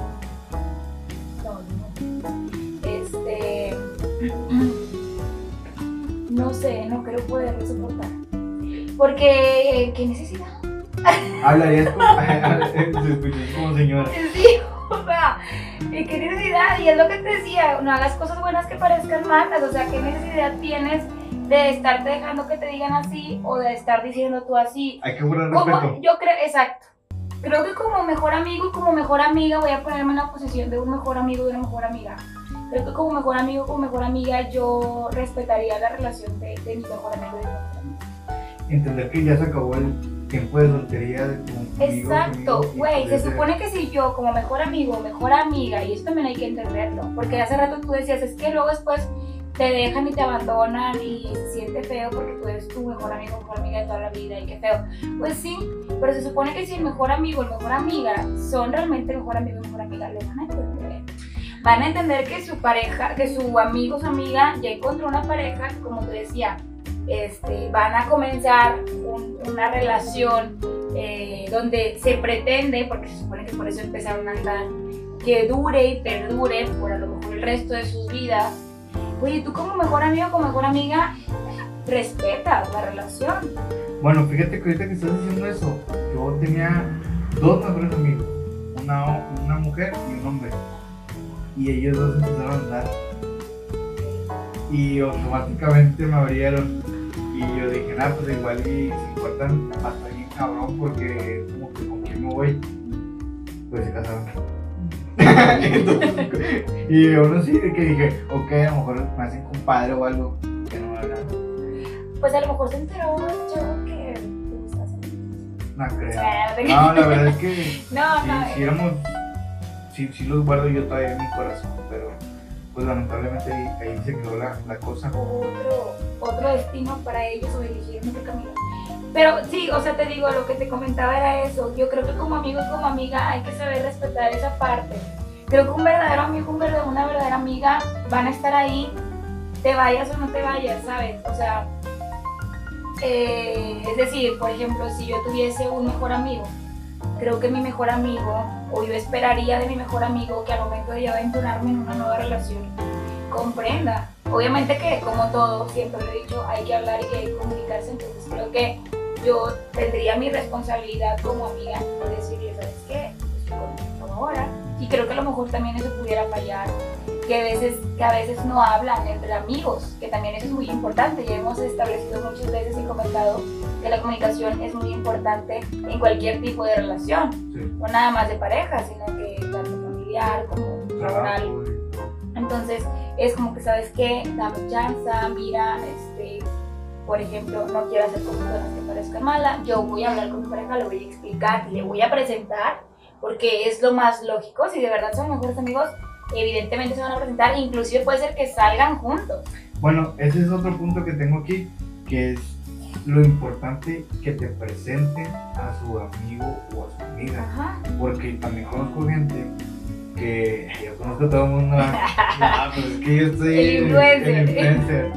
No sé, no creo poderlo soportar. Porque, ¿qué necesidad? Hablarías como señora. Sí, o sea, ¿qué necesidad? Y es lo que te decía, no hagas cosas buenas que parezcan malas. O sea, ¿qué necesidad tienes de estarte dejando que te digan así o de estar diciendo tú así? Hay que guardar respeto. Yo creo, exacto. Creo que como mejor amigo y como mejor amiga voy a ponerme en la posición de un mejor amigo y una mejor amiga. Creo que como mejor amigo, como mejor amiga, yo respetaría la relación de mi mejor amigo y de mi mejor amiga. Entender que ya se acabó el tiempo de soltería de tu amigo. Exacto, güey, se supone que si yo como mejor amigo, mejor amiga, y eso también hay que entenderlo, porque hace rato tú decías, es que luego después te dejan y te abandonan y se siente feo porque tú eres tu mejor amigo, mejor amiga de toda la vida y qué feo. Pues sí, pero se supone que si el mejor amigo, el mejor amiga son realmente el mejor amigo y mejor amiga, lo van a entender. Van a entender que su pareja, que su amigo, su amiga ya encontró una pareja, como te decía, van a comenzar una relación donde se pretende, porque se supone que por eso empezaron a andar, que dure y perdure por a lo mejor el resto de sus vidas. Oye, tú como mejor amigo, como mejor amiga, respetas la relación. Bueno, fíjate que ahorita que estás diciendo eso, yo tenía dos mejores amigos, una mujer y un hombre, y ellos dos empezaron a andar y automáticamente me abrieron y yo dije, nada, pues igual y si cortan hasta bien cabrón porque como que con quién me voy, pues se casaron. Entonces, y aún así de que dije, ok, a lo mejor me hacen compadre o algo que no hablan. Pues a lo mejor se enteró el chavo que te gustas. No creo. O sea, No, la verdad es que no, si éramos, sí los guardo yo todavía en mi corazón, pero pues lamentablemente ahí se quedó la cosa. Otro destino para ellos o elegir otro camino. Pero sí, o sea, te digo, lo que te comentaba era eso. Yo creo que como amigo y como amiga hay que saber respetar esa parte. Creo que un verdadero amigo, una verdadera amiga van a estar ahí, te vayas o no te vayas, ¿sabes? O sea, es decir, por ejemplo, si yo tuviese un mejor amigo, creo que mi mejor amigo, o yo esperaría de mi mejor amigo que al momento de yo aventurarme en una nueva relación, comprenda. Obviamente que, como todo, siempre lo he dicho, hay que hablar y que hay que comunicarse, entonces creo que yo tendría mi responsabilidad como amiga de decirle, ¿sabes qué? Estoy contigo ahora. Y creo que a lo mejor también eso pudiera fallar, que a veces no hablan entre amigos, que también eso es muy importante. Ya hemos establecido muchas veces y comentado que la comunicación es muy importante en cualquier tipo de relación, Sí. no nada más de pareja, sino que tanto familiar como laboral. Entonces es como que, ¿sabes qué? Dame chance, mira, por ejemplo, no quiero hacer cosas buenas que parezcan malas, yo voy a hablar con mi pareja, le voy a explicar, le voy a presentar, porque es lo más lógico. Si de verdad son mejores amigos, evidentemente se van a presentar, inclusive puede ser que salgan juntos. Bueno, ese es otro punto que tengo aquí, que es lo importante que te presenten a su amigo o a su amiga. Ajá. Porque también conozco gente que yo conozco a todo el mundo. No, pues es que yo soy El influencer. el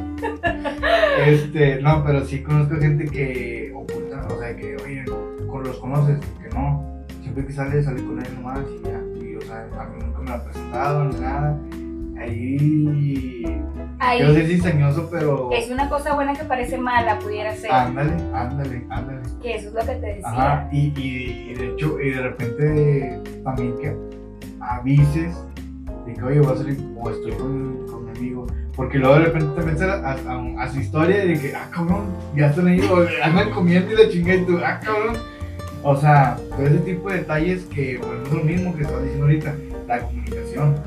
influencer. No, pero sí conozco gente que oculta, o sea, que oye, con lo conoces, que no, siempre que sale con él nomás y ya, y o sea, a mí nunca me lo ha presentado ni nada, ahí quiero ser cizañoso, pero... Es una cosa buena que parece mala, pudiera ser. Ándale. Que eso es lo que te decía. Ajá, y de hecho, y de repente también que avises de que, oye, voy a salir o estoy con mi amigo, porque luego de repente te metes a su historia y de que, cabrón, ya están ahí, o andan comiendo y la chingada y tú, cabrón. O sea, todo ese tipo de detalles que, bueno, es lo mismo que estás diciendo ahorita, la comunicación.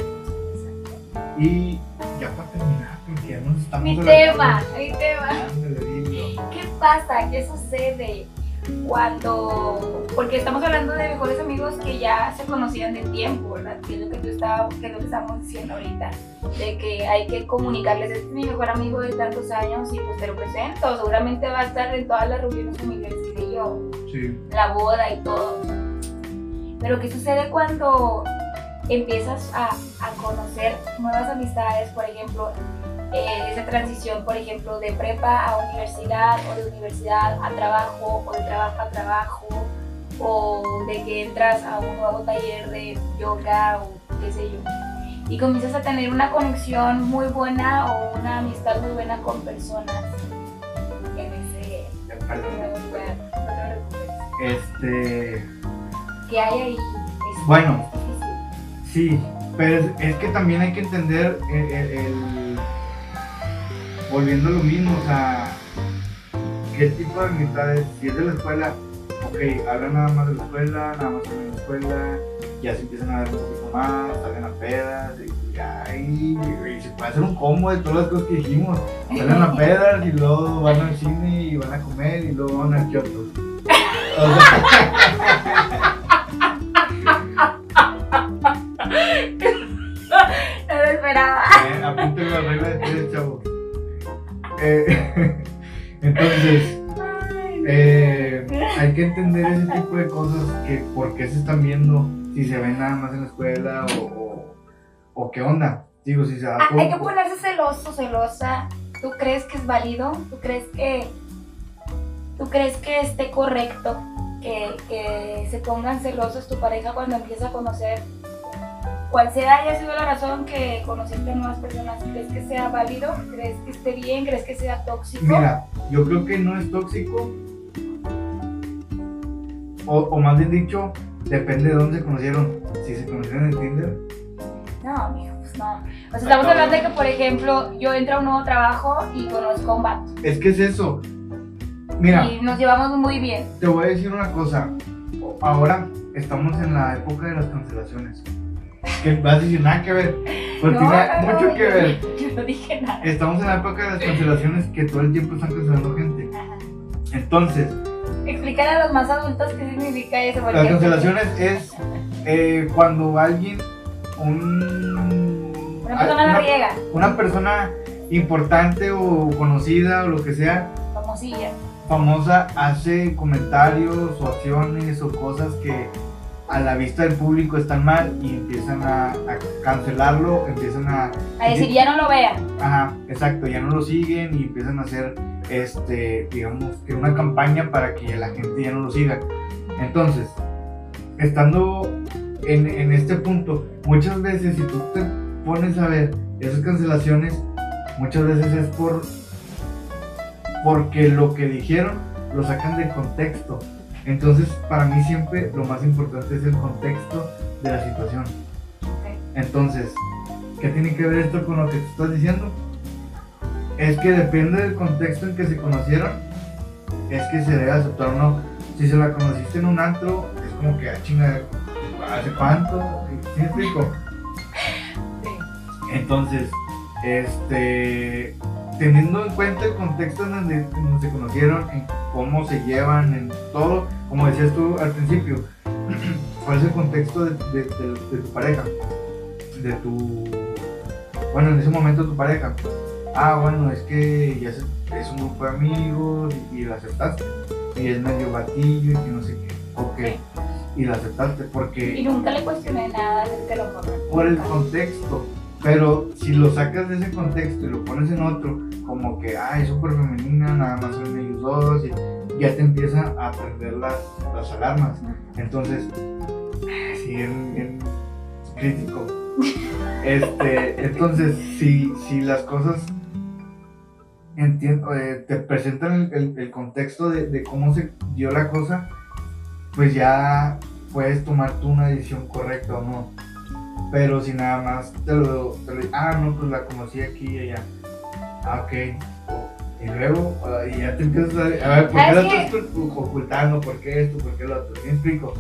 Y ya para terminar, porque ya nos estamos... Mi tema. Ándale, dilo. ¿Qué pasa? ¿Qué sucede cuando...? Porque estamos hablando de mejores amigos que ya se conocían de tiempo, ¿verdad? Que es lo que estamos diciendo ahorita. De que hay que comunicarles, este es mi mejor amigo de tantos años y pues te lo presento. Seguramente va a estar en todas las reuniones familiares que sé yo. Sí. La boda y todo. Pero ¿qué sucede cuando empiezas a conocer nuevas amistades? Por ejemplo, esa transición, por ejemplo, de prepa a universidad, o de universidad a trabajo, o de trabajo a trabajo, o de que entras a un nuevo taller de yoga o qué sé yo, y comienzas a tener una conexión muy buena o una amistad muy buena con personas en ese nuevo lugar. No te preocupes. ¿Qué hay ahí? Bueno. Es difícil. Sí, pero es que también hay que entender volviendo a lo mismo, o sea, qué tipo de amistades, si es de la escuela, ok, hablan nada más de la escuela, nada más hablan de la escuela, ya se empiezan a ver un poquito más, salen a pedas, y se puede hacer un combo de todas las cosas que dijimos, salen a pedas y luego van al cine y van a comer y luego van al Kioto. O sea, No lo esperaba. Apúntale la regla de 3, chavo. Entonces, hay que entender ese tipo de cosas, que por qué se están viendo, si se ven nada más en la escuela o qué onda. Digo, si se da hay que ponerse celoso, celosa. ¿Tú crees que es válido? ¿Tú crees que esté correcto que se pongan celosos tu pareja cuando empieza a conocer? Cual sea haya sido la razón que conociste a nuevas personas, ¿crees que sea válido? ¿Crees que esté bien? ¿Crees que sea tóxico? Mira, yo creo que no es tóxico, o más bien dicho, depende de dónde se conocieron. Si se conocieron en Tinder. No, amigo, pues no. O sea, estamos hablando de que, por ejemplo, yo entro a un nuevo trabajo y conozco a un vato. Es que es eso. Mira, y nos llevamos muy bien. Te voy a decir una cosa. Ahora estamos en la época de las cancelaciones. Que vas a decir nada que ver, pero No, tiene mucho que ver. Yo no dije nada. Estamos en la época de las cancelaciones, que todo el tiempo están cancelando gente. Ajá. Entonces, Explícale a los más adultos qué significa eso. las cancelaciones es cuando alguien, una persona la riega. una persona importante o conocida o lo que sea, Famosilla. famosa, hace comentarios o acciones o cosas que a la vista del público están mal y empiezan a cancelarlo, empiezan a decir ya no lo vean. Ajá, exacto, ya no lo siguen y empiezan a hacer, digamos, que una campaña para que la gente ya no lo siga. Entonces, estando en este punto, muchas veces si tú te pones a ver esas cancelaciones, muchas veces es porque lo que dijeron lo sacan de contexto. Entonces, para mí siempre lo más importante es el contexto de la situación. Okay. Entonces, ¿qué tiene que ver esto con lo que tú estás diciendo? Es que depende del contexto en que se conocieron, es que se debe aceptar o no. Si se la conociste en un antro, es como que, chinga, ¿hace cuánto? ¿Sí me explico? Sí. Entonces, teniendo en cuenta el contexto en donde se conocieron, en cómo se llevan, en todo, como decías tú al principio, ¿cuál es el contexto de tu pareja? Bueno, en ese momento tu pareja. Bueno, es que ya es un grupo de amigos y la aceptaste. Y es medio batillo y que no sé qué. Ok. Y la aceptaste porque... Y nunca le cuestioné nada desde que lo conocí. Por el contexto. Pero si lo sacas de ese contexto y lo pones en otro, como que, es súper femenina, nada más son ellos dos, y ya te empieza a prender las alarmas. Entonces, sí, bien crítico. Entonces, si las cosas te presentan el contexto de cómo se dio la cosa, pues ya puedes tomar tú una decisión correcta o no. Pero si nada más no, pues la conocí aquí y allá. Ok. Y luego, y ya te empiezas a ver, ¿por qué lo estás ocultando? ¿Por qué esto? ¿Por qué lo otro? ¿Me explico?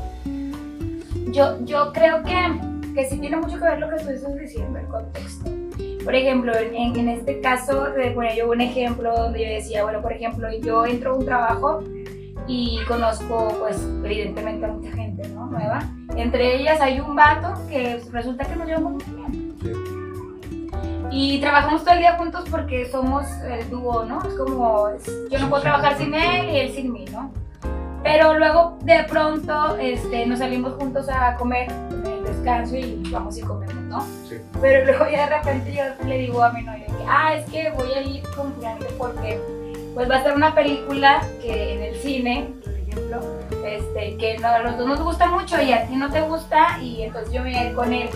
Yo creo que sí tiene mucho que ver lo que tú estás diciendo, el contexto. Por ejemplo, en este caso, te ponía yo un ejemplo donde yo decía, bueno, por ejemplo, yo entro a un trabajo y conozco, pues, evidentemente a mucha gente, ¿no? Nueva. Entre ellas hay un vato que resulta que nos llevamos muy bien. Sí. Y trabajamos todo el día juntos porque somos el dúo, ¿no? Es como, yo no puedo trabajar sin él y él sin mí, ¿no? Pero luego, de pronto, nos salimos juntos a comer en el descanso y vamos y comemos, ¿no? Sí. Pero luego ya de repente yo le digo a mi novio que, es que voy a ir con Fernando porque pues va a ser una película que en el cine, por ejemplo, que a los dos nos gusta mucho y a ti no te gusta y entonces yo me voy a ir con él.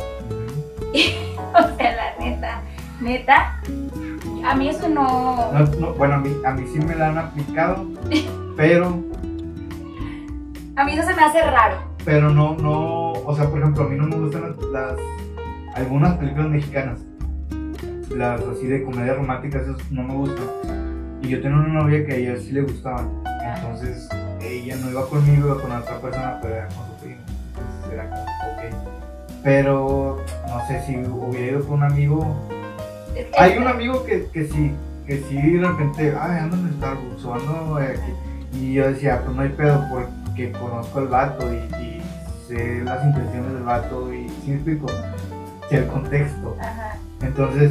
O sea, la neta, a mí eso no... Bueno, a mí sí me la han aplicado, pero... A mí eso se me hace raro. Pero no, o sea, por ejemplo, a mí no me gustan algunas películas mexicanas, las así de comedia romántica, esas no me gustan. Y yo tenía una novia que a ella sí le gustaban, entonces ella no iba conmigo, iba con otra persona, pero era con su primo, entonces era como, ok. Pero, no sé, si hubiera ido con un amigo, hay un amigo que sí de repente, ando en Starbucks o ando aquí, y yo decía, pues no hay pedo porque conozco al vato y sé las intenciones del vato y ¿sí me explico? Sé el contexto. Ajá. Entonces,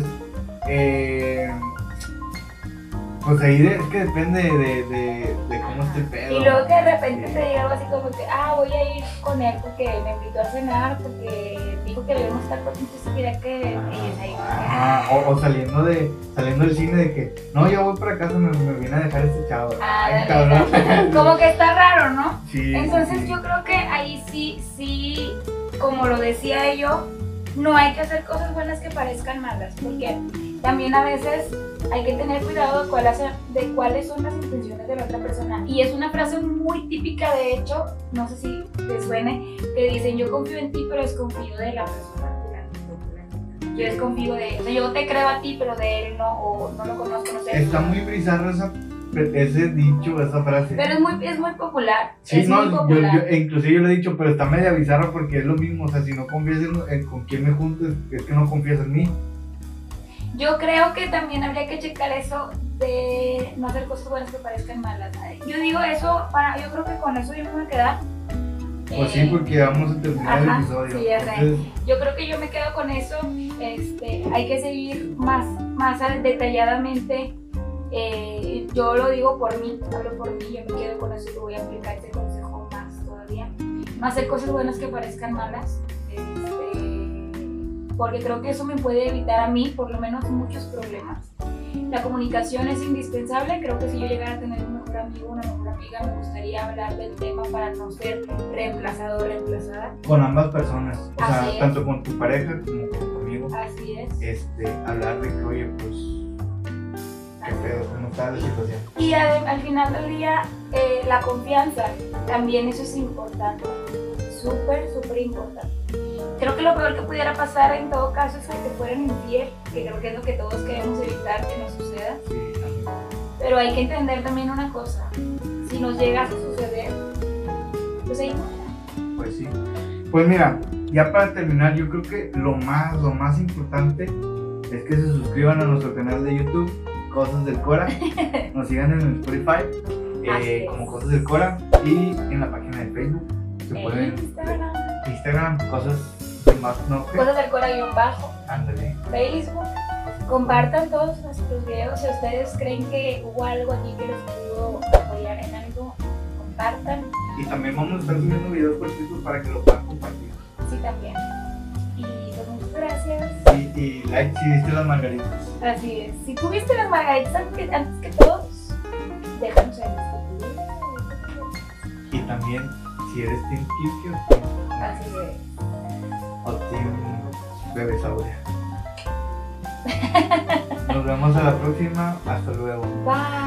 pues ahí es que depende de cómo esté el pedo. Y luego que de repente te diga algo así como que, voy a ir con él porque me invitó a cenar, porque dijo que debemos estar por entonces quería que ella ahí. O saliendo del cine de que, no, yo voy para casa, me viene a dejar este chavo. Cabrón. Como que está raro, ¿no? Sí. Entonces sí. yo creo que ahí sí, como lo decía yo, no hay que hacer cosas buenas que parezcan malas, porque también a veces hay que tener cuidado de cuáles son las intenciones de la otra persona. Y es una frase muy típica, de hecho, no sé si te suene, que dicen, yo confío en ti, pero desconfío de la persona. Yo desconfío de él. O sea, yo te creo a ti, pero de él no, o no lo conozco, no sé. Está muy bizarro ese dicho, esa frase. Pero es muy popular. Sí, es no, muy popular. inclusive yo lo he dicho, pero está media bizarra porque es lo mismo. O sea, si no confías en con quién me junto, es que no confías en mí. Yo creo que también habría que checar eso de no hacer cosas buenas que parezcan malas. Yo digo eso, yo creo que con eso yo me voy a quedar. Pues sí, porque vamos a terminar el episodio. Sí, ya sé. Yo creo que yo me quedo con eso. Hay que seguir más detalladamente. Yo lo digo por mí, hablo por mí, yo me quedo con eso y voy a aplicar ese consejo más todavía. No hacer cosas buenas que parezcan malas. Porque creo que eso me puede evitar a mí, por lo menos, muchos problemas. La comunicación es indispensable. Creo que si yo llegara a tener un mejor amigo, una mejor amiga, me gustaría hablar del tema para no ser reemplazado o reemplazada. Con ambas personas, o Así sea, es. tanto con tu pareja como con tu amigo. Así es. Hablar de que, oye, pues, qué pedo, cómo está la situación. Y al final del día, la confianza, también eso es importante. Súper, súper importante. Creo que lo peor que pudiera pasar en todo caso es que te fueran infiel, que creo que es lo que todos queremos evitar que nos suceda. Sí, también. Pero hay que entender también una cosa, si nos llegase a suceder, pues ahí no. Pues sí. Pues mira, ya para terminar, yo creo que lo más importante es que se suscriban a nuestro canal de YouTube, Cosas del Cora, nos sigan en el Spotify, como Cosas del Cora, y en la página de Facebook. Se pueden Instagram, Cosas Cosas del Cora _bajo. Ándale. Facebook. Compartan todos nuestros videos. Si ustedes creen que hubo algo aquí que les pudo apoyar en algo, compartan. Y también vamos a estar subiendo videos por Facebook para que lo puedan compartir. Sí, también. Y pues muchas gracias. Y like si viste las margaritas. Así es. Si tú viste las margaritas antes que todos, déjanos en este video. también si eres Team Kike o Team, Así es. o Team Bebesauria. Nos vemos a la próxima. Hasta luego. Bye.